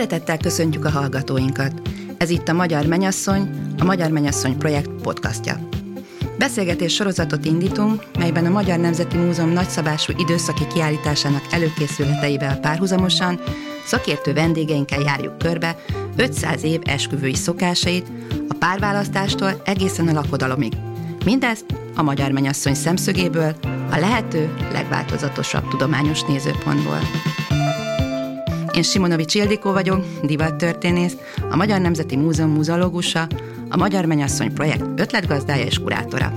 Szeretettel köszöntjük a hallgatóinkat. Ez itt a Magyar Mennyasszony, a Magyar Mennyasszony projekt podcastja. Beszélgetés sorozatot indítunk, melyben a Magyar Nemzeti Múzeum nagyszabású időszaki kiállításának előkészületeivel párhuzamosan szakértő vendégeinkkel járjuk körbe 500 év esküvői szokásait, a párválasztástól egészen a lakodalomig. Mindezt a Magyar Mennyasszony szemszögéből, a lehető legváltozatosabb tudományos nézőpontból. Én Simonovics Ildikó vagyok, divattörténész, a Magyar Nemzeti Múzeum muzeológusa, a Magyar Mennyasszony projekt ötletgazdája és kurátora.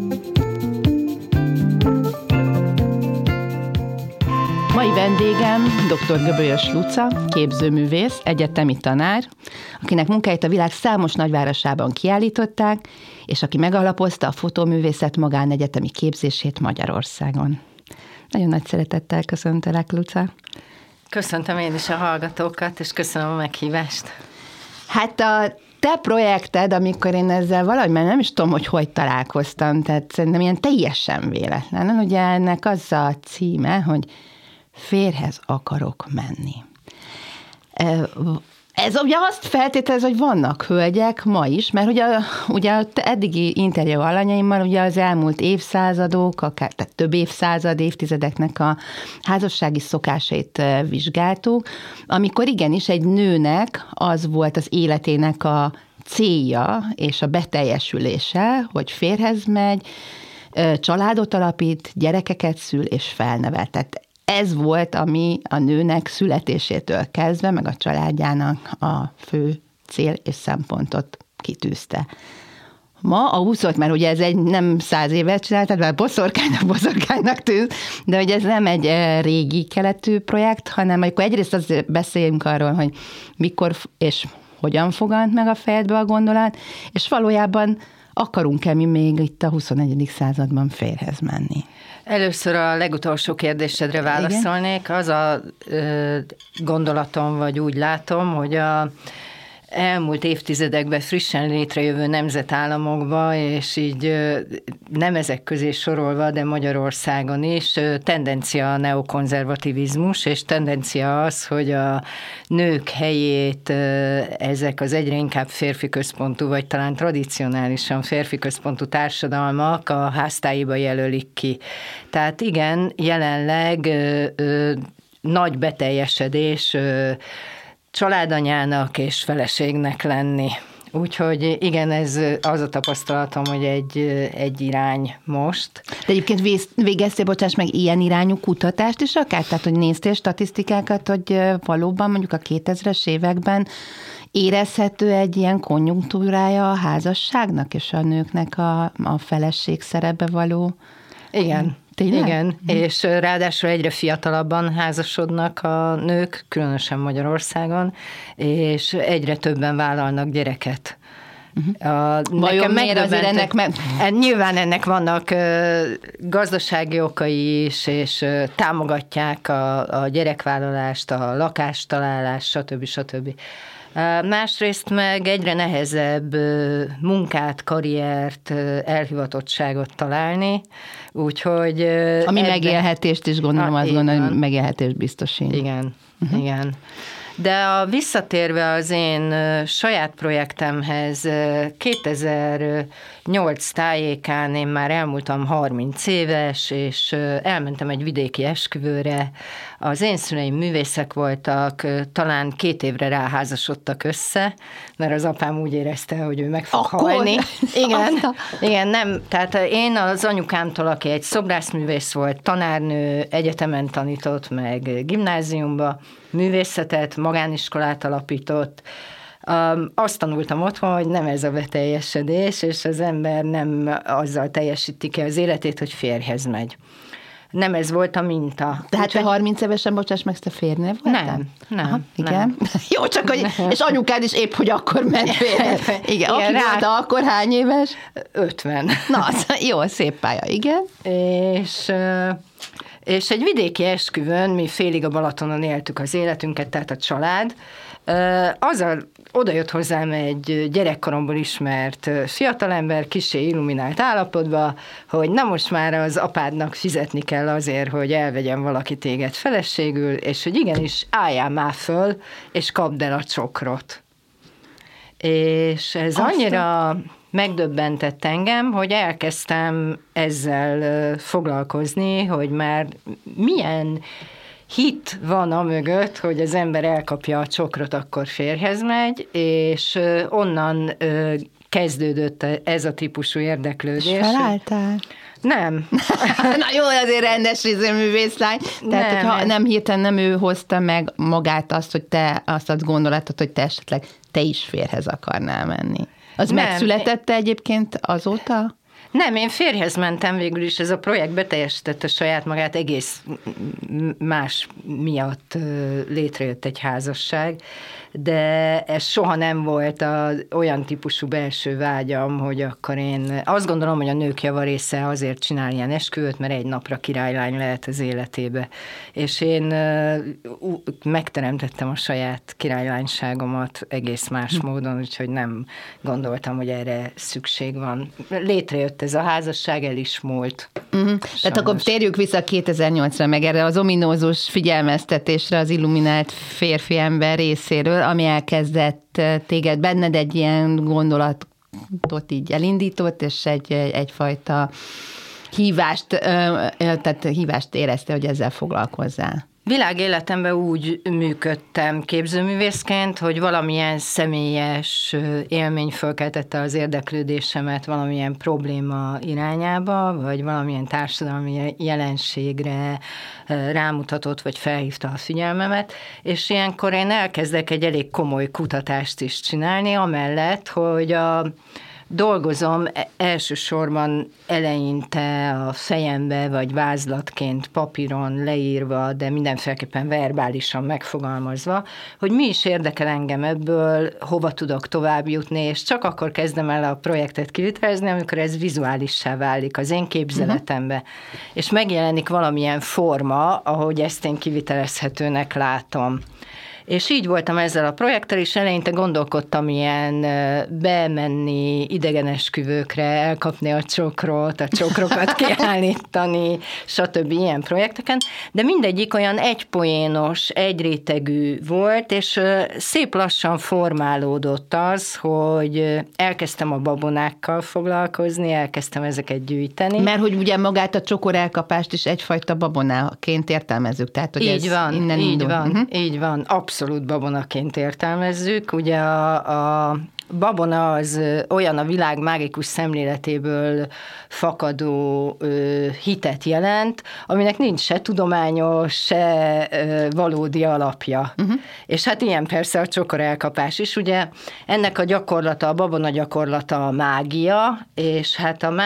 Mai vendégem dr. Göbölyös Luca, képzőművész, egyetemi tanár, akinek munkáit a világ számos nagyvárosában kiállították, és aki megalapozta a fotóművészet magánegyetemi képzését Magyarországon. Nagyon nagy szeretettel köszöntelek, Luca. Köszöntöm én is a hallgatókat, és köszönöm a meghívást. Hát a te projekted, amikor én ezzel valahogy, mert nem is tudom, hogy találkoztam, tehát szerintem ilyen teljesen véletlenül, ugye ennek az a címe, hogy Férjhez akarok menni. Ez ugye azt feltételez, hogy vannak hölgyek ma is, mert ugye a eddigi interjú alanyaimmal ugye az elmúlt évszázadok, akár tehát több évtizedeknek a házassági szokásait vizsgáltuk, amikor igenis egy nőnek az volt az életének a célja és a beteljesülése, hogy férjhez megy, családot alapít, gyerekeket szül és felnevel. Tehát ez volt, ami a nőnek születésétől kezdve, meg a családjának a fő cél és szempontot kitűzte. Ma a 20, mert ugye ez egy nem 100 évet csináltad, mert boszorkánynak tűnt, de hogy ez nem egy régi keletű projekt, hanem akkor egyrészt azért beszéljünk arról, hogy mikor és hogyan fogant meg a fejedbe a gondolat, és valójában akarunk-e mi még itt a 21. században férjhez menni? Először a legutolsó kérdésedre válaszolnék. Igen? Az a gondolatom, vagy úgy látom, hogy a elmúlt évtizedekben frissen létrejövő nemzetállamokban, és így nem ezek közé sorolva, de Magyarországon is tendencia a neokonzervativizmus, és tendencia az, hogy a nők helyét ezek az egyre inkább férfi központú, vagy talán tradicionálisan férfi központú társadalmak a háztáiba jelölik ki. Tehát igen, jelenleg nagy beteljesedés családanyának és feleségnek lenni. Úgyhogy igen, ez az a tapasztalatom, hogy egy irány most. De egyébként végeztél, bocsáss meg, ilyen irányú kutatást is akár? Tehát, hogy néztél statisztikákat, hogy valóban mondjuk a 2000-es években érezhető egy ilyen konjunktúrája a házasságnak és a nőknek a feleség szerepbe való? Igen. Tényleg? Igen, és ráadásul egyre fiatalabban házasodnak a nők, különösen Magyarországon, és egyre többen vállalnak gyereket. Vajon miért azért ennek Nyilván ennek vannak gazdasági okai is, és támogatják a gyerekvállalást, a lakástalálást, stb. Másrészt meg egyre nehezebb munkát, karriert, elhivatottságot találni, úgyhogy... Ami megélhetést is gondolom, azt gondolom, hogy megélhetést biztosít. Igen, igen. De visszatérve az én saját projektemhez, 2008 tájékán én már elmúltam 30 éves, és elmentem egy vidéki esküvőre. Az én szüleim művészek voltak, talán 2 évre ráházasodtak össze, mert az apám úgy érezte, hogy ő meg fog halni. Igen, nem. Tehát én az anyukámtól, aki egy szobrászművész volt, tanárnő, egyetemen tanított, meg gimnáziumba, művészetet, magániskolát alapított. Azt tanultam otthon, hogy nem ez a beteljesedés, és az ember nem azzal teljesíti ki az életét, hogy férjhez megy. Nem ez volt a minta. Tehát te 30 évesen, bocsáss meg, te férjnél voltál? Nem. Aha, igen. Nem. Jó, csak hogy, és anyukád is épp, hogy akkor ment férjhez. Igen, aki volt akkor hány éves? 50. Na, jó, szép pálya, igen. És egy vidéki esküvőn, mi félig a Balatonon éltük az életünket, tehát a család, oda jött hozzám egy gyerekkoromból ismert fiatalember, kissé illuminált állapotba, hogy na most már az apádnak fizetni kell azért, hogy elvegyen valaki téged feleségül, és hogy igenis álljál már föl, és kapd el a csokrot. És ez annyira megdöbbentett engem, hogy elkezdtem ezzel foglalkozni, hogy már milyen hit van amögött, hogy az ember elkapja a csokrot, akkor férjhez megy, és onnan kezdődött ez a típusú érdeklődés. És felálltál? Nem. Na jó, azért rendes művészlány. Tehát, hogyha nem hirtelen nem ő hozta meg magát azt, hogy te azt a gondolatot, hogy te esetleg te is férjhez akarnál menni. Az megszületett egyébként azóta? Nem, én férjhez mentem végül is, ez a projekt beteljesítette saját magát, egész más miatt létrejött egy házasság, de ez soha nem volt olyan típusú belső vágyam, hogy akkor én azt gondolom, hogy a nők javarésze azért csinál ilyen esküvőt, mert egy napra királylány lehet az életébe. És én megteremtettem a saját királylányságomat egész más módon, úgyhogy nem gondoltam, hogy erre szükség van. Létrejött ez a házasság, el is múlt. Tehát akkor térjük vissza 2008-ra, meg erre az ominózus figyelmeztetésre az illuminált férfi ember részéről, ami elkezdett téged benned egy ilyen gondolatot így elindított, és egyfajta hívást érezte, hogy ezzel foglalkozzál. Világéletemben úgy működtem képzőművészként, hogy valamilyen személyes élmény fölkeltette az érdeklődésemet valamilyen probléma irányába, vagy valamilyen társadalmi jelenségre rámutatott, vagy felhívta a figyelmemet, és ilyenkor én elkezdek egy elég komoly kutatást is csinálni, amellett, hogy dolgozom elsősorban eleinte a fejembe, vagy vázlatként, papíron leírva, de mindenféleképpen verbálisan megfogalmazva, hogy mi is érdekel engem ebből, hova tudok tovább jutni, és csak akkor kezdem el a projektet kivitelezni, amikor ez vizuálissá válik az én képzeletembe, és megjelenik valamilyen forma, ahogy ezt én kivitelezhetőnek látom. És így voltam ezzel a projekttel, és eleinte gondolkodtam ilyen bemenni idegenesküvőkre, elkapni a csokrot, a csokrokat kiállítani, stb. Ilyen projekteken, de mindegyik olyan egypoénos, egyrétegű volt, és szép lassan formálódott az, hogy elkezdtem a babonákkal foglalkozni, elkezdtem ezeket gyűjteni. Mert hogy ugye magát a csokor elkapást is egyfajta babonáként értelmezzük, tehát hogy így ez van, innen így indul. van, így van, abszolút babonaként értelmezzük. Ugye a babona az olyan a világ mágikus szemléletéből fakadó hitet jelent, aminek nincs se tudományos, se valódi alapja. És hát ilyen persze a csokor elkapás is. Ugye ennek a gyakorlata, a babona gyakorlata a mágia, és hát a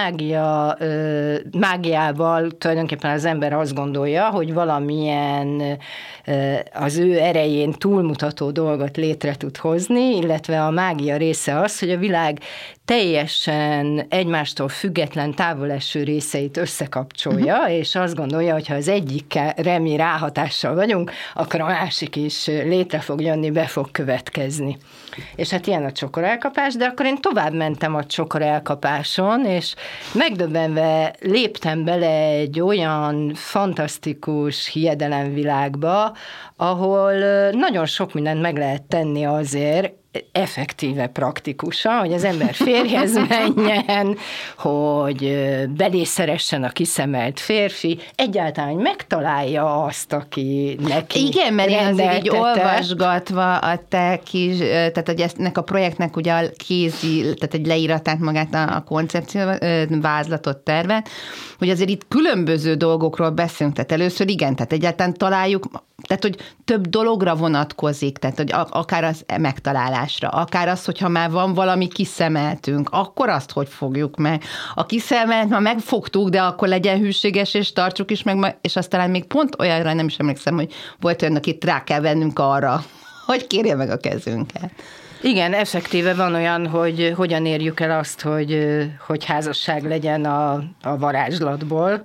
mágiával tulajdonképpen az ember azt gondolja, hogy valamilyen az ő erején túlmutató dolgot létre tud hozni, illetve a mágia része az, hogy a világ teljesen egymástól független, távoleső részeit összekapcsolja, és azt gondolja, hogy ha az egyikre mi ráhatással vagyunk, akkor a másik is létre fog jönni, be fog következni. És hát ilyen a csokorelkapás, de akkor én tovább mentem a csokorelkapáson, és megdöbbenve léptem bele egy olyan fantasztikus hiedelemvilágba, ahol nagyon sok mindent meg lehet tenni azért, effektíve, praktikusan, hogy az ember férjhez menjen, hogy belészeressen a kiszemelt férfi, egyáltalán megtalálja azt, aki neki igen, mert én azért így olvasgatva a te kis, tehát hogy ennek a projektnek ugye a kézi, tehát egy leíratát magát a koncepció, vázlatot, tervet, hogy azért itt különböző dolgokról beszélünk, tehát először igen, tehát egyáltalán találjuk, tehát hogy több dologra vonatkozik, tehát hogy akár az megtalálásra, akár az, hogyha már van valami kiszemeltünk, akkor azt hogy fogjuk meg. A kiszemelt már megfogtuk, de akkor legyen hűséges, és tartsuk is meg, és azt talán még pont olyanra nem is emlékszem, hogy volt olyan, akit rá kell vennünk arra, hogy kérje meg a kezünket. Igen, effektíve van olyan, hogy hogyan érjük el azt, hogy házasság legyen a varázslatból,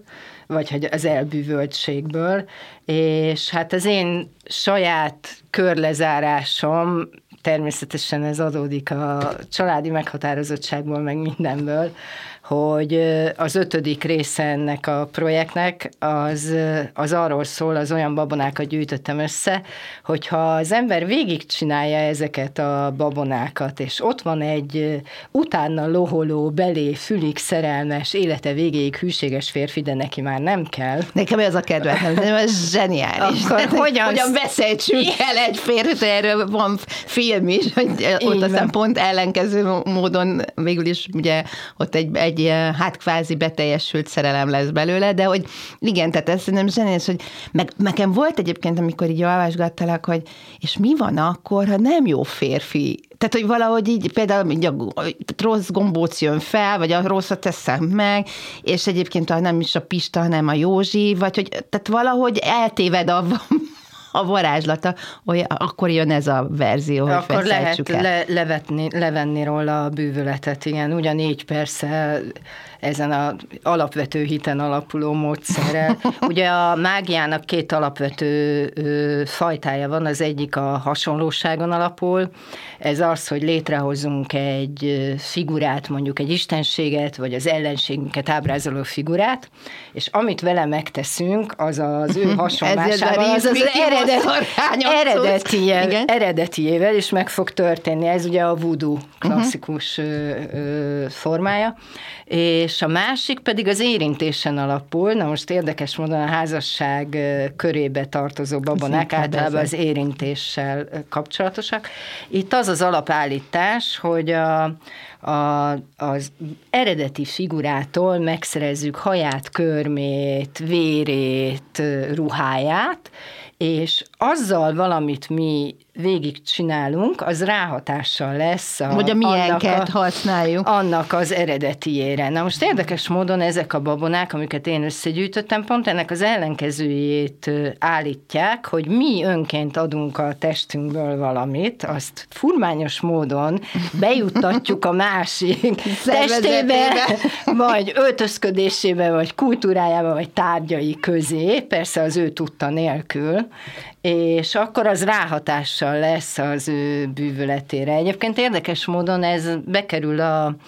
vagy hogy az elbűvöltségből, és hát az én saját körlezárásom, természetesen ez adódik a családi meghatározottságból, meg mindenből, hogy az 5. része ennek a projektnek az arról szól, az olyan babonákat gyűjtöttem össze, hogyha az ember végigcsinálja ezeket a babonákat, és ott van egy utána loholó, belé, fülig szerelmes, élete végéig hűséges férfi, de neki már nem kell. Nekem ez a kedvencem, ez zseniális. Akkor hogyan beszéltsünk el egy férfit, erről van film is, hogy ott aztán pont ellenkező módon végül is ugye ott egy hát kvázi beteljesült szerelem lesz belőle, de hogy igen, tehát ez nem zseniális, hogy nekem volt egyébként, amikor így olvasgattalak, hogy és mi van akkor, ha nem jó férfi? Tehát, hogy valahogy így például így a rossz gombóc jön fel, vagy a rosszat teszem meg, és egyébként nem is a Pista, hanem a Józsi, vagy hogy tehát valahogy eltéved a varázslata, hogy akkor jön ez a verzió, hogy akkor lehet levenni róla a bűvöletet, igen, ugyanígy persze ezen az alapvető hiten alapuló módszerrel. Ugye a mágiának 2 alapvető fajtája van, az egyik a hasonlóságon alapul, ez az, hogy létrehozunk egy figurát, mondjuk egy istenséget, vagy az ellenségünket ábrázoló figurát, és amit vele megteszünk, az az ő hasonlásával, az eredetiével is meg fog történni. Ez ugye a voodoo klasszikus formája. És a másik pedig az érintésen alapul. Na most érdekes módon a házasság körébe tartozó babonák általában az érintéssel kapcsolatosak. Itt az alapállítás, hogy az eredeti figurától megszerezzük haját, körmét, vérét, ruháját, és azzal valamit mi végig csinálunk, az ráhatással lesz hogy a milyenket használjuk. Annak az eredetiére. Na most érdekes módon ezek a babonák, amiket én összegyűjtöttem, pont ennek az ellenkezőjét állítják, hogy mi önként adunk a testünkből valamit, azt furmányos módon bejuttatjuk a másik testébe, vagy öltözködésébe, vagy kultúrájába, vagy tárgyai közé, persze az ő tudta nélkül, és akkor az ráhatással lesz az ő bűvöletére. Egyébként érdekes módon ez bekerül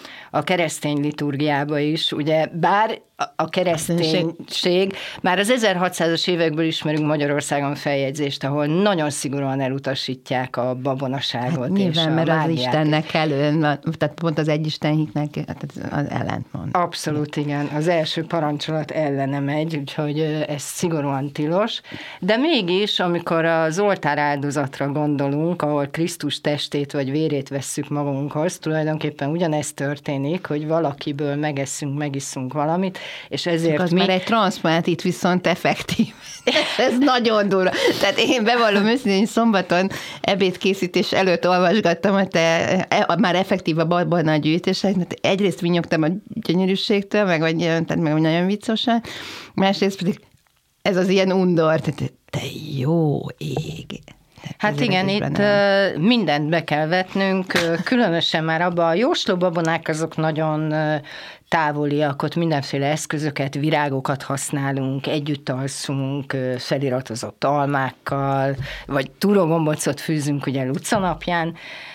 a keresztény liturgiába is, ugye bár a kereszténység, már az 1600-as évekből ismerünk Magyarországon feljegyzést, ahol nagyon szigorúan elutasítják a babonaságot. Hát nyilván, és mert az Istennek tehát pont az egyistenhitnek az ellentmond. Abszolút, igen. Az első parancsolat ellene megy, úgyhogy ez szigorúan tilos. De mégis, amikor az oltáráldozatra gondolunk, ahol Krisztus testét vagy vérét vesszük magunkhoz, tulajdonképpen ugyanezt történik, hogy valakiből megisszunk valamit, és ezért az már egy transzplant, itt viszont effektív. Ez nagyon durva. Tehát én bevallom őszintén, hogy szombaton ebédkészítés előtt olvasgattam, hogy már effektív a babonagyűjtések. Egyrészt vinyogtam a gyönyörűségtől, meg nagyon viccosan, másrészt pedig ez az ilyen undor, tehát te jó ég. Hát igen, itt mindent be kell vetnünk, különösen már abban a jósló babonák azok nagyon távoliak, ott mindenféle eszközöket, virágokat használunk, együtt alszunk, feliratozott almákkal, vagy túrógombócot fűzünk ugye Luca napján,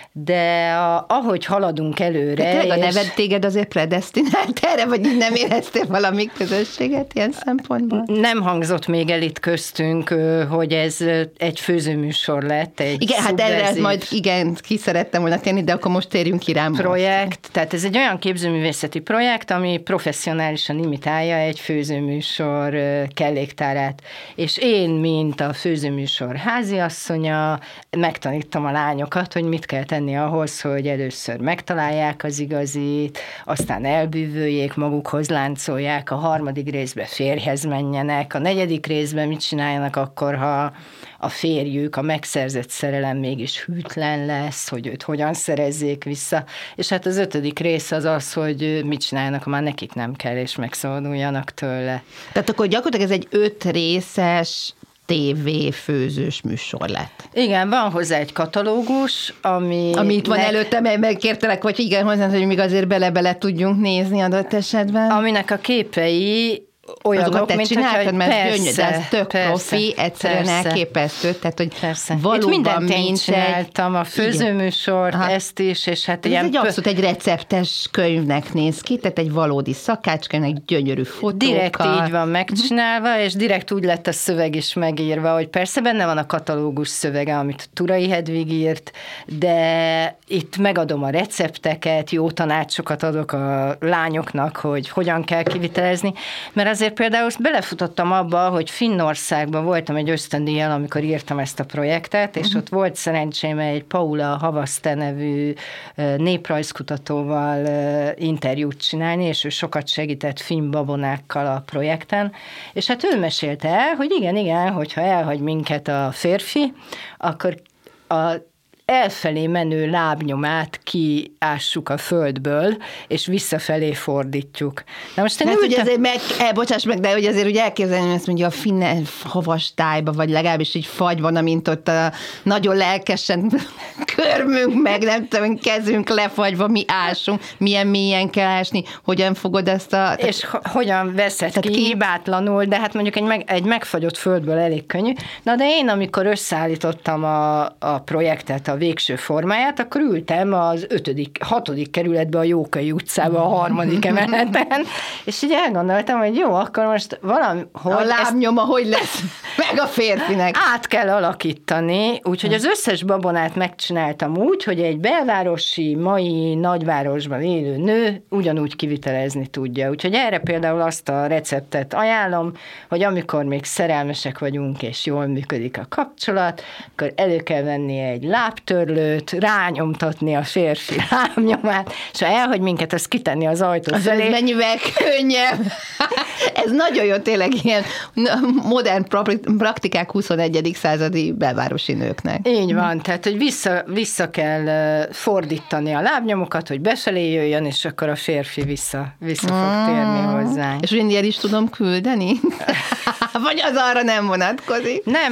de ahogy haladunk előre... De tényleg a neved téged azért predesztinált erre, vagy így nem éreztél valami közösséget ilyen szempontból? Nem hangzott még el itt köztünk, hogy ez egy főzőműsor lett, egy igen, hát erre majd ki szerettem volna tenni, de akkor most térjünk ki rá. Projekt, tehát ez egy olyan képzőművészeti projekt, ami professzionálisan imitálja egy főzőműsor kelléktárát. És én, mint a főzőműsor háziasszonya, megtanítom a lányokat, hogy mit kell tenni ahhoz, hogy először megtalálják az igazit, aztán elbűvöljék, magukhoz láncolják, a 3. részbe férjhez menjenek, a 4. részben mit csináljanak akkor, ha a férjük, a megszerzett szerelem mégis hűtlen lesz, hogy őt hogyan szerezzék vissza, és hát az 5. rész az, hogy mit csináljanak, ha már nekik nem kell, és megszabaduljanak tőle. Tehát akkor gyakorlatilag ez egy 5 részes tévéfőzős műsor lett. Igen, van hozzá egy katalógus, ami itt van előttem, megkértelek, hogy igen, hozzá, hogy még azért bele tudjunk nézni adott esetben. Aminek a képei olyanok, azokat te mint csináltad, mert persze, ez tök profi, egyszerűen elképesztő, tehát hogy valóban mindent én mint csináltam, a főzőműsort, ezt is, és hát ez egy abszolút egy receptes könyvnek néz ki, tehát egy valódi szakácskönyvnek, gyönyörű fotókkal. Direkt így van megcsinálva, és direkt úgy lett a szöveg is megírva, hogy persze benne van a katalógus szövege, amit Turai Hedvig írt, de itt megadom a recepteket, jó tanácsokat adok a lányoknak, hogy hogyan kell kivitelezni, mert azért például belefutottam abba, hogy Finnországban voltam egy ösztöndíjjal, amikor írtam ezt a projektet, és ott volt szerencsém egy Paula Havaste nevű néprajzkutatóval interjút csinálni, és ő sokat segített finn babonákkal a projekten, és hát ő mesélte el, hogy igen, hogyha elhagy minket a férfi, akkor a elfelé menő lábnyomát kiássuk a földből, és visszafelé fordítjuk. Na most én ugye azért bocsáss meg, de hogy azért úgy elképzelni, hogy ezt mondja a finn havas tájba, vagy legalábbis így fagyban, amint ott nagyon lelkesen körmünk meg, nem tudom, kezünk lefagyva, mi ásunk, milyen mélyen kell ásni, hogyan fogod ezt és hogyan veszed ki hibátlanul, de hát mondjuk egy megfagyott földből elég könnyű. Na de én, amikor összeállítottam a projektet, a végső formáját, akkor ültem az 6. kerületben a Jókai utcában, a 3. emeleten, és így elgondoltam, hogy jó, akkor most valami... A lábnyoma hogy lesz meg a férfinek? Át kell alakítani, úgyhogy az összes babonát megcsináltam úgy, hogy egy belvárosi, mai nagyvárosban élő nő ugyanúgy kivitelezni tudja. Úgyhogy erre például azt a receptet ajánlom, hogy amikor még szerelmesek vagyunk, és jól működik a kapcsolat, akkor elő kell venni egy lábtörlőt, rányomtatni a férfi lábnyomát, és ha elhagy minket, azt kitenni az ajtó felé. Ez mennyivel könnyebb. Ez nagyon jó, tényleg ilyen modern praktikák 21. századi belvárosi nőknek. Így van, tehát, hogy vissza kell fordítani a lábnyomokat, hogy befelé jöjjön, és akkor a férfi vissza fog térni hozzánk. És én ilyen is tudom küldeni? Vagy az arra nem vonatkozik? Nem,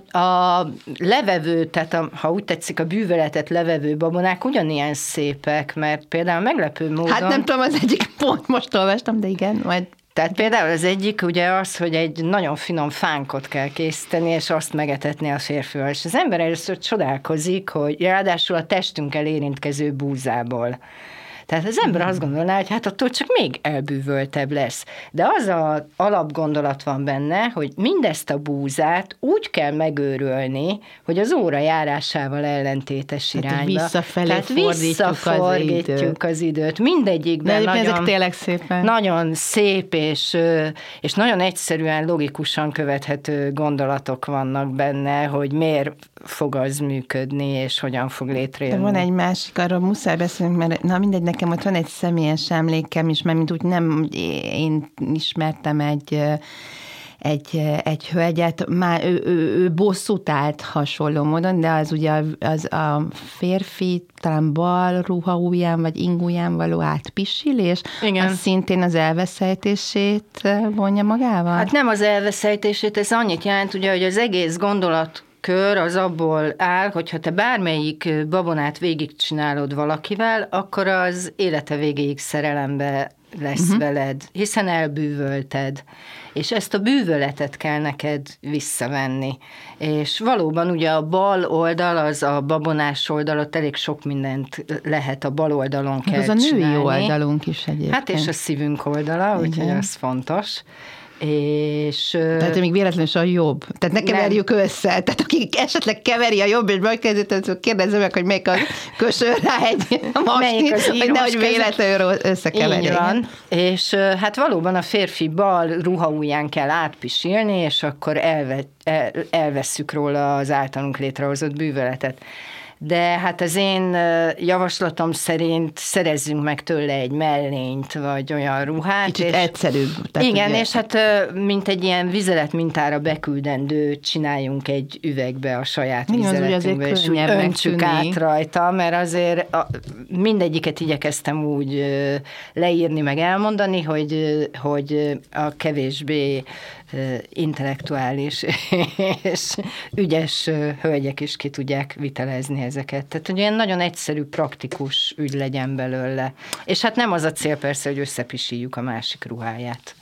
a levevő, tehát ha úgy tetszik, a bűvöletet levevő babonák ugyanilyen szépek, mert például meglepő módon... Hát nem tudom, az egyik pont most olvastam, de igen, majd... Tehát például az egyik ugye az, hogy egy nagyon finom fánkot kell készíteni, és azt megetetni a férfival. És az ember először csodálkozik, hogy ráadásul a testünkkel érintkező búzából. Tehát az ember azt gondolná, hogy hát attól csak még elbűvöltebb lesz. De az az alapgondolat van benne, hogy mindezt a búzát úgy kell megőrölni, hogy az óra járásával ellentétes irányba. Tehát visszafordítjuk az időt. Mindegyikben ezek tényleg szépen. Nagyon szép és nagyon egyszerűen, logikusan követhető gondolatok vannak benne, hogy miért fog az működni, és hogyan fog létrejönni. De van egy másik, arról muszáj beszélnünk, mert na mindegy, nekem ott van egy személyes emlékem is, mert mint úgy nem, én ismertem egy hölgyet, már ő bosszút állt hasonló módon, de az ugye az a férfi talán bal ruhaujján vagy ingujján való átpisilés, az szintén az elveszejtését vonja magával? Hát nem az elveszejtését, ez annyit jelent, ugye, hogy az egész gondolatkör az abból áll, hogyha te bármelyik babonát végigcsinálod valakivel, akkor az élete végéig szerelembe lesz veled, hiszen elbűvölted. És ezt a bűvöletet kell neked visszavenni. És valóban ugye a bal oldal, az a babonás oldal, ott elég sok mindent lehet a bal oldalon kell csinálni. Az a női oldalunk is egyébként. Hát és a szívünk oldala, úgyhogy az fontos. És, tehát még véletlenül is a jobb. Tehát ne keverjük össze. Tehát aki esetleg keveri a jobb és bal kezét, kérdezzem meg, hogy melyik a kösör rá egy masnit, hogy nehogy véletlenül összekeverjük. Így van. És hát valóban a férfi bal ruhaujján kell átpisilni, és akkor elvesszük róla az általunk létrehozott bűvöletet. De hát az én javaslatom szerint szerezzünk meg tőle egy mellényt, vagy olyan ruhát. Kicsit egyszerűbb. Igen, ugye... és hát mint egy ilyen vizelet mintára beküldendő, csináljunk egy üvegbe a saját vizeletünkbe, és úgy öntsük át rajta, mert azért mindegyiket igyekeztem úgy leírni, meg elmondani, hogy a kevésbé intellektuális és ügyes hölgyek is ki tudják vitelezni ezeket. Tehát, hogy ilyen nagyon egyszerű, praktikus ügy legyen belőle. És hát nem az a cél persze, hogy összepisíljük a másik ruháját.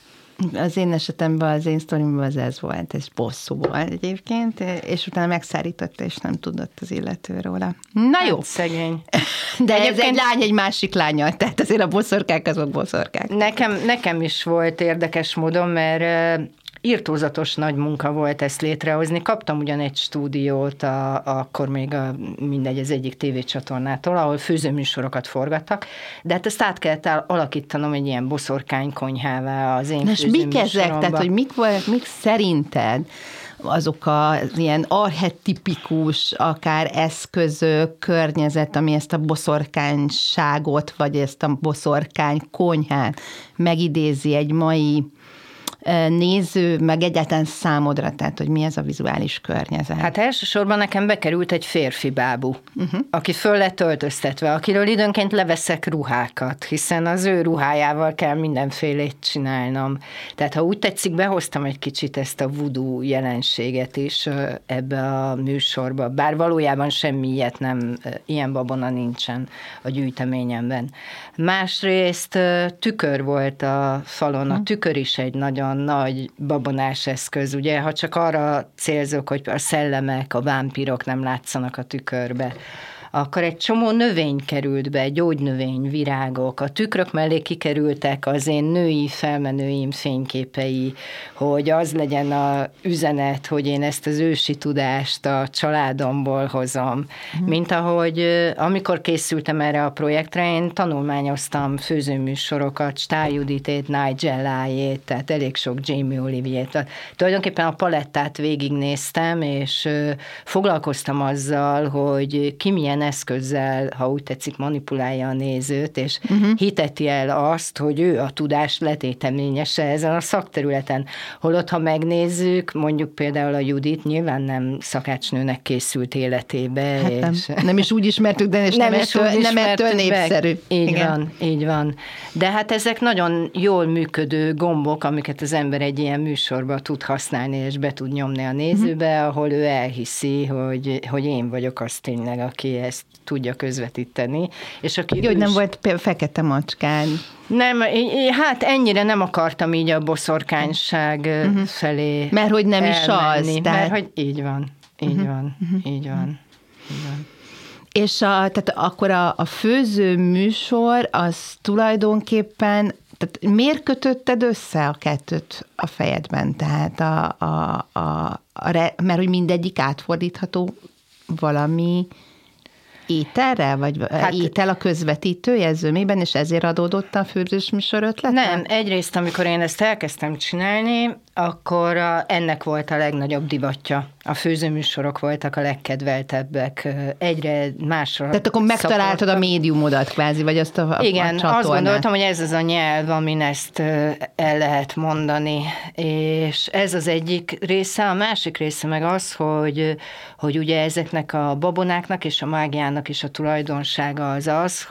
Az én esetemben, az én sztorimban ez volt, ez bosszú volt egyébként, és utána megszárította, és nem tudott az illető róla. Na jó. Hát, szegény. De ez egy lány egy másik lányal, tehát azért a boszorkák azok boszorkák. Nekem is volt érdekes módon, mert irtózatos nagy munka volt ezt létrehozni. Kaptam ugyan egy stúdiót, akkor még mindegy, az egyik tévécsatornától, ahol főzőműsorokat forgattak, de hát ezt át kellett alakítanom egy ilyen boszorkány konyhává az én főzőműsoromba. És mik ezek? Tehát, hogy mik szerinted azok az ilyen archetipikus, akár eszközök, környezet, ami ezt a boszorkányságot, vagy ezt a boszorkány konyhát megidézi egy mai néző, meg egyáltalán számodra, tehát, hogy mi ez a vizuális környezet? Hát elsősorban nekem bekerült egy férfi bábú, aki föl lett öltöztetve, akiről időnként leveszek ruhákat, hiszen az ő ruhájával kell mindenfélét csinálnom. Tehát, ha úgy tetszik, behoztam egy kicsit ezt a voodoo jelenséget is ebbe a műsorba, bár valójában semmi ilyet nem, ilyen babona nincsen a gyűjteményemben. Másrészt tükör volt a falon, a tükör is egy nagyon nagy babonás eszköz, ugye, ha csak arra célzok, hogy a szellemek, a vámpírok nem látszanak a tükörbe, akkor egy csomó növény került be, gyógynövény, virágok, a tükrök mellé kikerültek az én női felmenőim fényképei, hogy az legyen a üzenet, hogy én ezt az ősi tudást a családomból hozom. Mint ahogy amikor készültem erre a projektre, én tanulmányoztam főzőműsorokat, Stály Juditét, Nigellájét, tehát elég sok Jamie Olivier-t. Tulajdonképpen a palettát végignéztem, és foglalkoztam azzal, hogy ki milyen eszközzel, ha úgy tetszik, manipulálja a nézőt, és hiteti el azt, hogy ő a tudás letéteményese ezen a szakterületen. Holott, ha megnézzük, mondjuk például a Judit nyilván nem szakácsnőnek készült életébe. Hát és nem is úgy ismertük, de és nem ettől népszerű. Így van. De hát ezek nagyon jól működő gombok, amiket az ember egy ilyen műsorba tud használni, és be tud nyomni a nézőbe, ahol ő elhiszi, hogy én vagyok az tényleg, aki ezt tudja közvetíteni. És aki jó, hogy nem volt fekete macskán. Nem, hát ennyire nem akartam így a boszorkányság felé mert hogy nem elmenni, is az. Mert hogy így van. És tehát akkor a főző műsor az tulajdonképpen, tehát miért kötötted össze a kettőt a fejedben? Tehát mert hogy mindegyik átfordítható valami ételre, vagy hát, étel a közvetítője zömében, és ezért adódott a főzős műsor ötlete? Nem, egyrészt, amikor én ezt elkezdtem csinálni, akkor ennek volt a legnagyobb divatja. A főzőműsorok voltak a legkedveltebbek, egyre másra. Tehát akkor megtaláltad a médiumodat kvázi, vagy azt a igen, a azt gondoltam, hogy ez az a nyelv, amin ezt el lehet mondani, és ez az egyik része. A másik része meg az, hogy ugye ezeknek a babonáknak és a mágiának is a tulajdonsága az,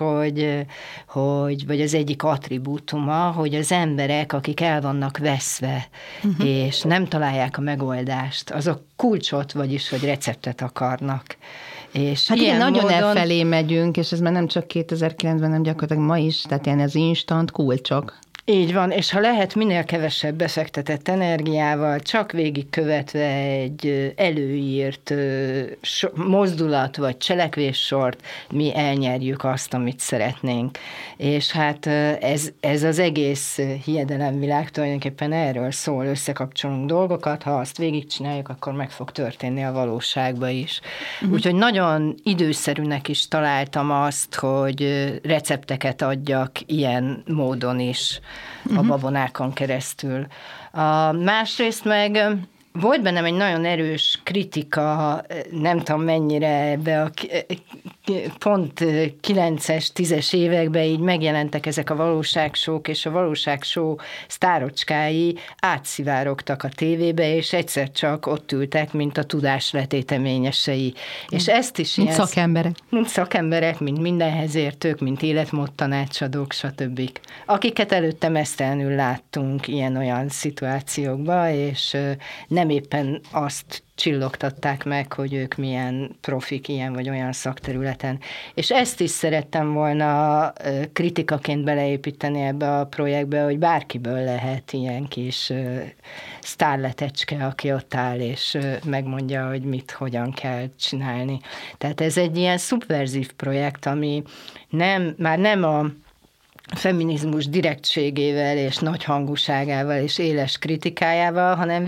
hogy az egyik attribútuma, hogy az emberek, akik el vannak veszve, és nem találják a megoldást, azok kulcsot, vagyis hogy receptet akarnak. És hát igen, nagyon elfelé megyünk, és ez már nem csak 2009-ben, hanem gyakorlatilag ma is, tehát ilyen az instant kulcsok. Így van, és ha lehet minél kevesebb befektetett energiával, csak végigkövetve egy előírt mozdulat vagy cselekvéssort, mi elnyerjük azt, amit szeretnénk. És hát ez az egész hiedelemvilág tulajdonképpen erről szól, összekapcsolunk dolgokat, ha azt végigcsináljuk, akkor meg fog történni a valóságban is. Úgyhogy nagyon időszerűnek is találtam azt, hogy recepteket adjak ilyen módon is a babonákon keresztül. Másrészt meg volt bennem egy nagyon erős kritika, nem tudom mennyire ebbe a pont 9-es, 10-es években így megjelentek ezek a valóságsók, és a valóságsó sztárocskái átszivárogtak a tévébe, és egyszer csak ott ültek, mint a tudás letéteményesei. És ezt is mint szakemberek. Mint szakemberek, mint mindenhez értők, mint életmód tanácsadók, stb. Akiket előtte mesztelenül láttunk ilyen-olyan szituációkban, és nem éppen azt csillogtatták meg, hogy ők milyen profik ilyen vagy olyan szakterületen. És ezt is szerettem volna kritikaként beleépíteni ebbe a projektbe, hogy bárkiből lehet ilyen kis sztárletecske, aki ott áll, és megmondja, hogy mit, hogyan kell csinálni. Tehát ez egy ilyen szubverzív projekt, ami már nem a feminizmus direktségével és nagy hangúságával és éles kritikájával, hanem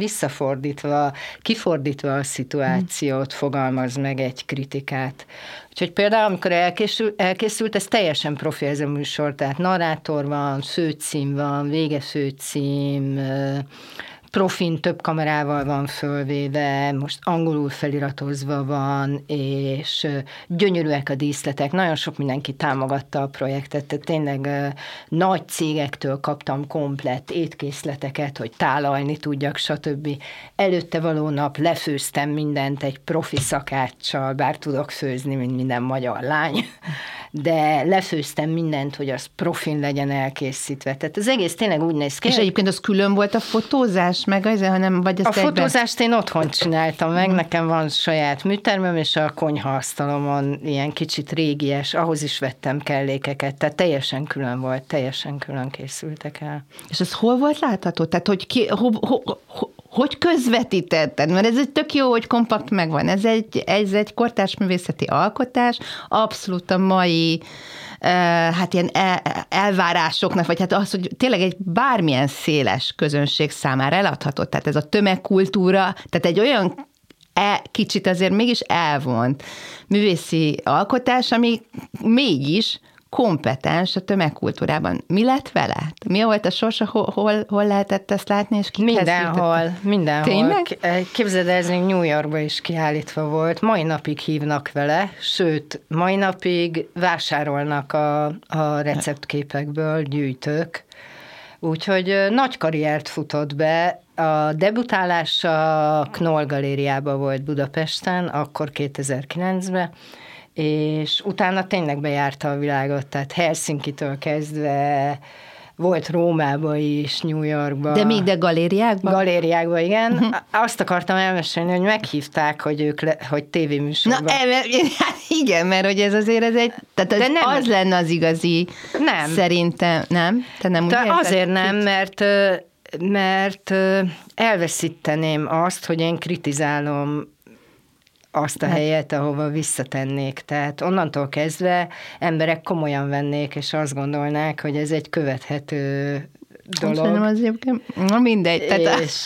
kifordítva a szituációt fogalmaz meg egy kritikát. Úgyhogy például, amikor elkészült, ez teljesen profi ez a műsor, tehát narrátor van, főcím van, vége főcím, profin több kamerával van fölvéve, most angolul feliratozva van, és gyönyörűek a díszletek, nagyon sok mindenki támogatta a projektet, tehát tényleg nagy cégektől kaptam komplett étkészleteket, hogy tálalni tudjak, stb. Előtte való nap lefőztem mindent egy profi szakáccsal, bár tudok főzni, mint minden magyar lány, de lefőztem mindent, hogy az profin legyen elkészítve. Tehát az egész tényleg úgy néz ki. És egyébként az külön volt a fotózás, meg az, hanem vagy a fotózást én otthon csináltam meg, nekem van saját műtermem, és a konyhaasztalomon ilyen kicsit régies, ahhoz is vettem kellékeket, tehát teljesen külön volt, teljesen külön készültek el. És ez hol volt látható? Tehát, hogy közvetítetted? Mert ez egy tök jó, hogy kompakt megvan. Ez egy kortárs művészeti alkotás, abszolút a mai hát ilyen elvárásoknak, vagy hát az, hogy tényleg egy bármilyen széles közönség számára eladható. Tehát ez a tömegkultúra, tehát egy olyan kicsit azért mégis elvont művészi alkotás, ami mégis kompetens a tömegkultúrában. Mi lett vele? Mi volt a sorsa, hol lehetett ezt látni, és Mindenhol. Tényleg? Képzeld, ez még New Yorkban is kiállítva volt. Mai napig hívnak vele, sőt, mai napig vásárolnak a receptképekből gyűjtők. Úgyhogy nagy karriert futott be. A debutálása Knoll galériában volt Budapesten, akkor 2009-ben, és utána tényleg bejárta a világot, tehát Helsinkitől kezdve volt Rómába is, New Yorkba. De még galériákban? Galériákban, igen. Azt akartam elmesélni, hogy meghívták, hogy hogy tévéműsorban. Na, igen, mert hogy ez azért tehát az lenne az igazi. Nem. Szerintem, nem? Te nem úgy azért nem, mert elveszíteném azt, hogy én kritizálom azt a helyet, ahova visszatennék. Tehát onnantól kezdve emberek komolyan vennék, és azt gondolnák, hogy ez egy követhető dolog. Na mindegy. És...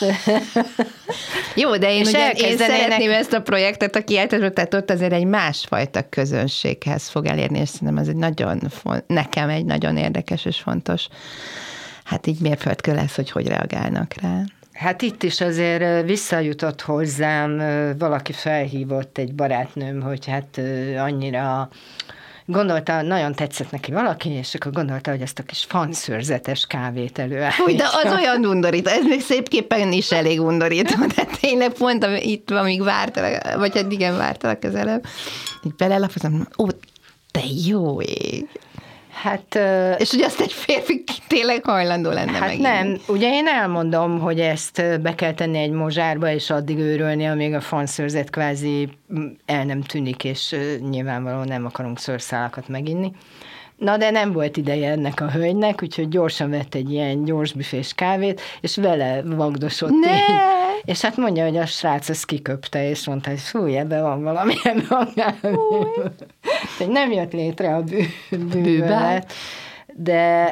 Jó, de én szeretném ezt a projektet, a kiáltásot, tehát ott azért egy másfajta közönséghez fog elérni, és szerintem ez nekem egy nagyon érdekes és fontos, hát így mérföldkő lesz, hogy reagálnak rá. Hát itt is azért visszajutott hozzám, valaki felhívott, egy barátnőm, hogy hát annyira gondolta, nagyon tetszett neki valaki, és akkor gondolta, hogy ezt a kis fanszőrzetes kávét előállítja. De az olyan undorító, ez még szépképpen is elég undorító, de tényleg pont itt, amíg vártalak, vagy hát igen, vártalak közelebb, így belelapozom, te jó ég! Hát, és hogy azt egy férfi tényleg hajlandó lenne hát megint. Nem, ugye én elmondom, hogy ezt be kell tenni egy mozsárba, és addig őrölni, amíg a fanszőrzet kvázi el nem tűnik, és nyilvánvalóan nem akarunk szőrszálakat meginni. Na, de nem volt ideje ennek a hölgynek, úgyhogy gyorsan vett egy ilyen gyorsbüfés kávét, és vele vagdosott. És hát mondja, hogy a srác ezt kiköpte, és mondta, hogy fúj, ebben van valami, ebben van kávé. Nem jött létre a bűvelet, de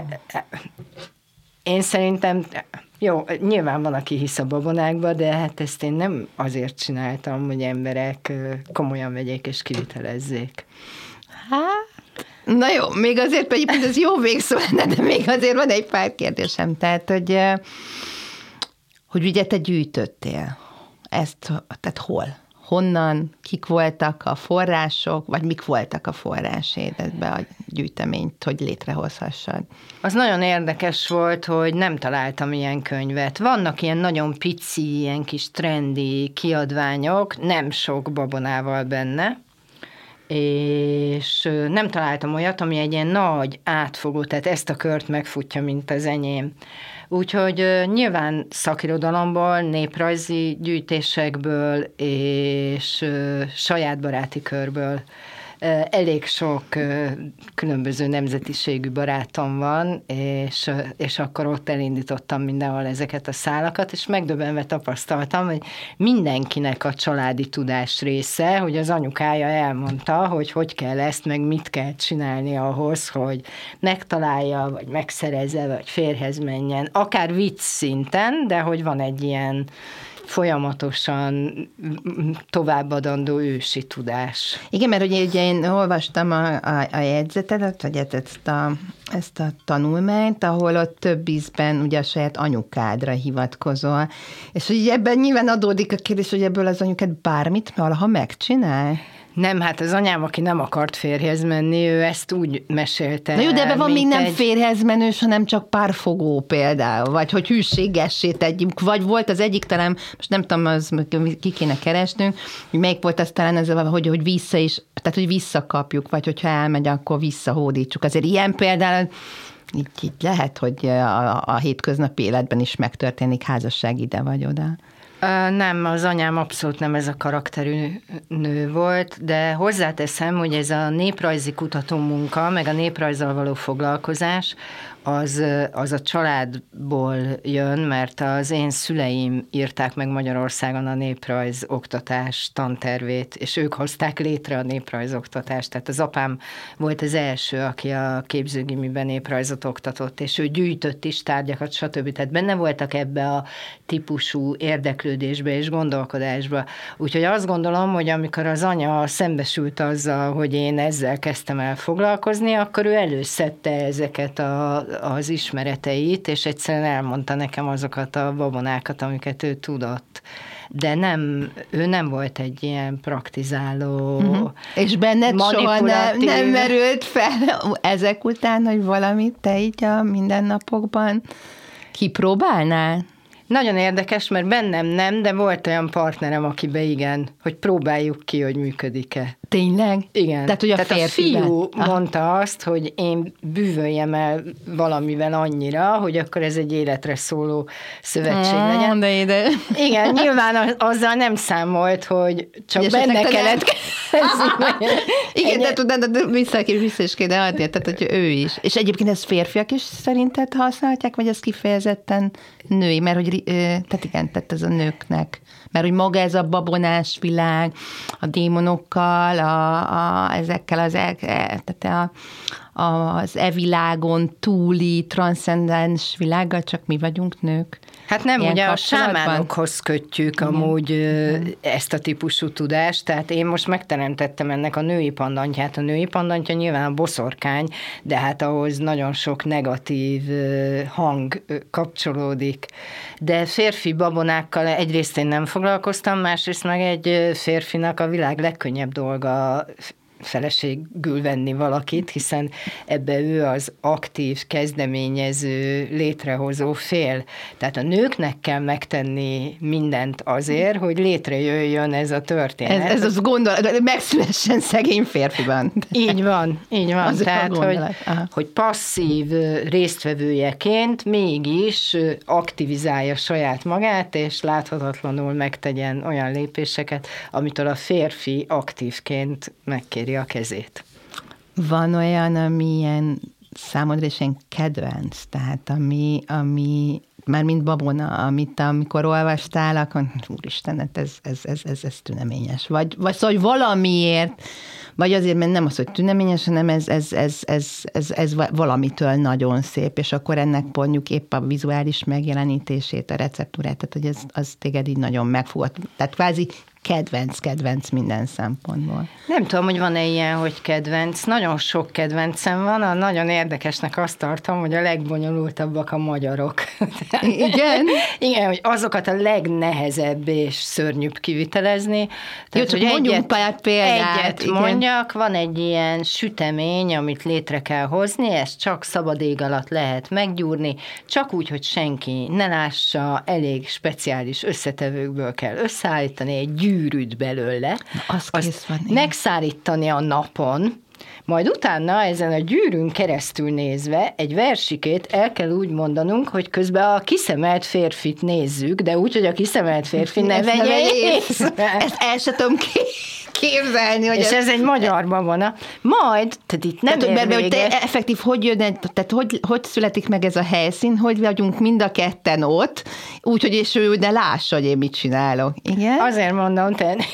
én szerintem, jó, nyilván van, aki hisz a babonákba, de hát ezt én nem azért csináltam, hogy emberek komolyan vegyék és kivitelezzék. Na jó, még azért pedig ez jó végszó lenne, de még azért van egy pár kérdésem. Tehát, hogy ugye te gyűjtöttél ezt, tehát hol? Honnan? Kik voltak a források, vagy mik voltak a forrásédedbe a gyűjteményt, hogy létrehozhassad? Az nagyon érdekes volt, hogy nem találtam ilyen könyvet. Vannak ilyen nagyon pici, ilyen kis trendi kiadványok, nem sok babonával benne, és nem találtam olyat, ami egy ilyen nagy átfogó, tehát ezt a kört megfutja, mint az enyém. Úgyhogy nyilván szakirodalomból, néprajzi gyűjtésekből és saját baráti körből elég sok különböző nemzetiségű barátom van, és akkor ott elindítottam mindenhol ezeket a szálakat, és megdöbbenve tapasztaltam, hogy mindenkinek a családi tudás része, hogy az anyukája elmondta, hogy kell ezt, meg mit kell csinálni ahhoz, hogy megtalálja, vagy megszerezze, vagy férjhez menjen, akár vicc szinten, de hogy van egy ilyen folyamatosan továbbadandó ősi tudás. Igen, mert ugye én olvastam a jegyzetedet, vagy ezt a tanulmányt, ahol ott több ízben ugye a saját anyukádra hivatkozol, és hogy ebben nyilván adódik a kérdés, hogy ebből az anyukád bármit valaha megcsinál? Nem, hát az anyám, aki nem akart férjhez menni, ő ezt úgy mesélte. Na jó, de ebben van még nem férjhez menős, hanem csak párfogó például, vagy hogy hűségessé tegyünk, vagy volt az egyik talán, most nem tudom, az ki kéne keresnünk, hogy melyik volt az talán ez, hogy vissza is, tehát hogy visszakapjuk, vagy hogyha elmegy, akkor visszahódítsuk. Azért ilyen például így lehet, hogy a hétköznapi életben is megtörténik, házasság ide vagy oda. Nem, az anyám abszolút nem ez a karakterű nő volt, de hozzáteszem, hogy ez a néprajzi kutatómunka, meg a néprajzzal való foglalkozás, az a családból jön, mert az én szüleim írták meg Magyarországon a néprajz oktatás tantervét, és ők hozták létre a néprajz oktatást. Tehát az apám volt az első, aki a képzőgimiben néprajzot oktatott, és ő gyűjtött is tárgyakat, stb. Tehát benne voltak ebbe a típusú érdeklődésbe és gondolkodásba. Úgyhogy azt gondolom, hogy amikor az anya szembesült azzal, hogy én ezzel kezdtem el foglalkozni, akkor ő előszedte ezeket az ismereteit, és egyszerűen elmondta nekem azokat a babonákat, amiket ő tudott. De ő nem volt egy ilyen praktizáló, És benned soha nem merült fel ezek után, hogy valamit te így a mindennapokban kipróbálnál? Nagyon érdekes, mert bennem nem, de volt olyan partnerem, akiben igen, hogy próbáljuk ki, hogy működik-e. Tényleg? Igen. Tehát, hogy a fiú mondta azt, hogy én bűvöljem el valamivel annyira, hogy akkor ez egy életre szóló szövetség legyen. De ide. Igen, nyilván azzal nem számolt, hogy csak benne keletkezik. Igen, de tudod, vissza is kéne adni, tehát hogy ő is. És egyébként ez férfiak is szerinted használhatják, vagy ez kifejezetten női? Mert hogy, tehát igen, tehát ez a nőknek. Mert hogy maga ez a babonás világ, a démonokkal, ezekkel az világon túli, transzcendens világgal, csak mi vagyunk nők. Hát nem, ilyen ugye a sámánokhoz kötjük amúgy ezt a típusú tudást, tehát én most megteremtettem ennek a női pandantját. A női pandantja nyilván a boszorkány, de hát ahhoz nagyon sok negatív hang kapcsolódik. De férfi babonákkal egyrészt én nem foglalkoztam, másrészt meg egy férfinak a világ legkönnyebb dolga feleségül venni valakit, hiszen ebbe ő az aktív, kezdeményező, létrehozó fél. Tehát a nőknek kell megtenni mindent azért, hogy létrejöjjön ez a történet. Ez az gondolat, megszülessen szegény férfiban. Így van. Az tehát, hogy passzív résztvevőjeként mégis aktivizálja saját magát, és láthatatlanul megtegyen olyan lépéseket, amitől a férfi aktívként megkéri a kezét. Van olyan, ami ilyen számodra is ilyen kedvenc, tehát ami már mint babona, amit amikor olvastál, akkor úristen, ez tüneményes. Vagy szóval, hogy valamiért, vagy azért, mert nem az, hogy tüneményes, hanem ez valamitől nagyon szép, és akkor ennek mondjuk épp a vizuális megjelenítését, a receptúrát, tehát hogy az téged így nagyon megfogott. Tehát kvázi kedvenc minden szempontból. Nem tudom, hogy van-e ilyen, hogy kedvenc. Nagyon sok kedvencem van. Nagyon érdekesnek azt tartom, hogy a legbonyolultabbak a magyarok. Igen? Igen, hogy azokat a legnehezebb és szörnyűbb kivitelezni. Tehát, jó, csak mondjunk pár példát. Egyet mondjak, van egy ilyen sütemény, amit létre kell hozni, ezt csak szabad ég alatt lehet meggyúrni, csak úgy, hogy senki ne lássa, elég speciális összetevőkből kell összeállítani, egy gyűrűt belőle, azt megszárítani a napon, Majd utána ezen a gyűrűn keresztül nézve egy versikét el kell úgy mondanunk, hogy közben a kiszemelt férfit nézzük, de úgy, hogy a kiszemelt férfi ne vegye észre. Ezt el sem tudom képzelni. Hogy és ez egy magyar babona. Majd, tehát itt nem ér véget. Te effektív, hogy jön, tehát hogy születik meg ez a helyszín, hogy vagyunk mind a ketten ott, úgyhogy és ő ne lássa, hogy én mit csinálok. Igen? Azért mondom,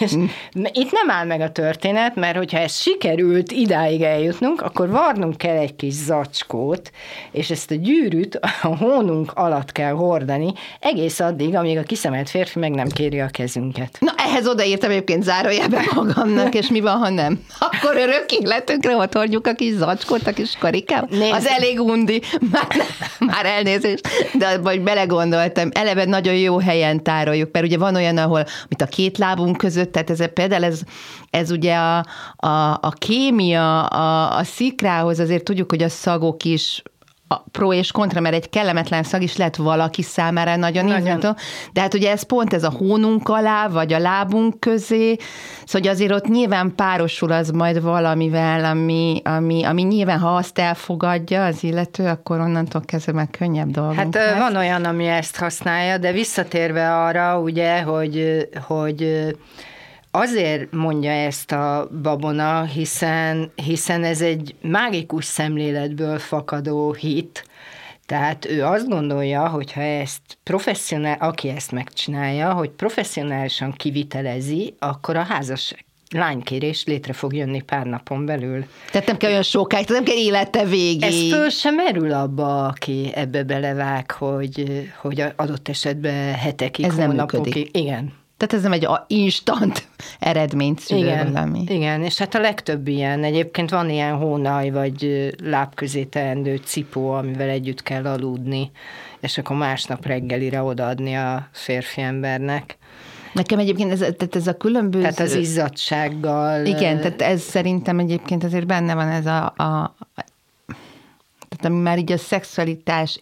itt nem áll meg a történet, mert hogyha ez sikerült idáig eljutnunk, akkor varnunk kell egy kis zacskót, és ezt a gyűrűt a hónunk alatt kell hordani, egész addig, amíg a kiszemelt férfi meg nem kéri a kezünket. Na, ehhez odaírtam egyébként zárójelben magamnak, és mi van, ha nem? Akkor örök életünkre ott hordjuk a kis zacskót, a kis karikám? Az elég undi, már elnézést, de vagy belegondoltam, eleve nagyon jó helyen tároljuk, mert ugye van olyan, ahol, mint a két lábunk között, tehát például ez ugye a kémia, a szikrához azért tudjuk, hogy a szagok is a pro és kontra, mert egy kellemetlen szag is lehet valaki számára nagyon ízlító, de hát ugye ez pont ez a hónunk alá, vagy a lábunk közé, szóval azért ott nyilván párosul az majd valamivel, ami nyilván, ha azt elfogadja az illető, akkor onnantól kezdve meg könnyebb dolgunk. Hát van olyan, ami ezt használja, de visszatérve arra, ugye, hogy azért mondja ezt a babona, hiszen ez egy mágikus szemléletből fakadó hit, tehát ő azt gondolja, hogy ha ezt aki ezt megcsinálja, hogy professzionálisan kivitelezi, akkor a házasság lánykérés létre fog jönni pár napon belül. Tehát nem kell olyan sokáig, nem kell élete végig. Ez föl sem merül abba, aki ebbe belevág, hogy adott esetben hetekig, hónapokig. Igen. Tehát ez nem egy instant eredményt szülő valami. Igen, és hát a legtöbb ilyen. Egyébként van ilyen hónaj, vagy láb közé teendő cipó, amivel együtt kell aludni, és akkor másnap reggelire odaadni a férfi embernek. Nekem egyébként ez a különböző... Tehát az izzadsággal... Igen, tehát ez szerintem egyébként azért benne van ez tehát ami már így a szexualitás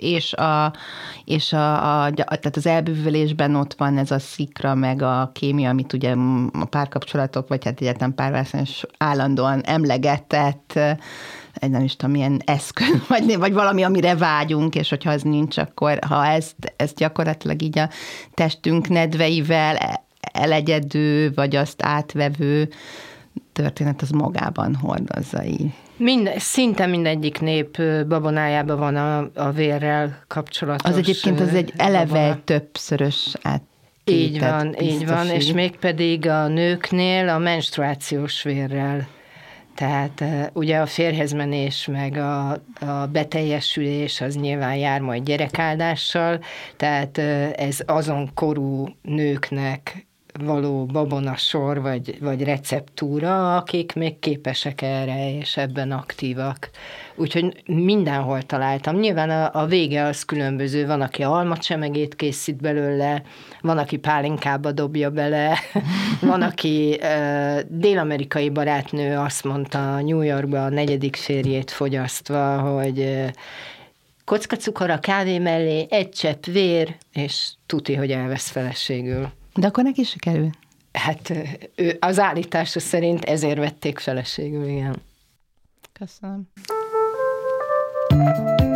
tehát az elbűvölésben ott van ez a szikra, meg a kémia, amit ugye a párkapcsolatok, vagy hát egyáltalán párválasztás állandóan emlegetett, nem is tudom, milyen eszköz, vagy valami, amire vágyunk, és hogyha az nincs, akkor ha ezt gyakorlatilag így a testünk nedveivel elegyedő, vagy azt átvevő történet, az magában hordozza így. Szinte mindegyik nép babonájában van a vérrel kapcsolatos. Az egyébként az egy eleve többszörös áttétet. Így van, és mégpedig a nőknél a menstruációs vérrel. Tehát ugye a férjhez menés, meg a beteljesülés, az nyilván jár majd gyerekáldással, tehát ez azon korú nőknek való babonasor, vagy receptúra, akik még képesek erre, és ebben aktívak. Úgyhogy mindenhol találtam. Nyilván a vége az különböző. Van, aki almacsemegét készít belőle, van, aki pálinkába dobja bele, van, aki dél-amerikai barátnő azt mondta New Yorkban a 4. férjét fogyasztva, hogy kockacukor a kávé mellé, egy csepp vér, és tuti, hogy elvesz feleségül. De akkor neki sikerül? Hát az állítása szerint ezért vették feleségül, igen. Köszönöm.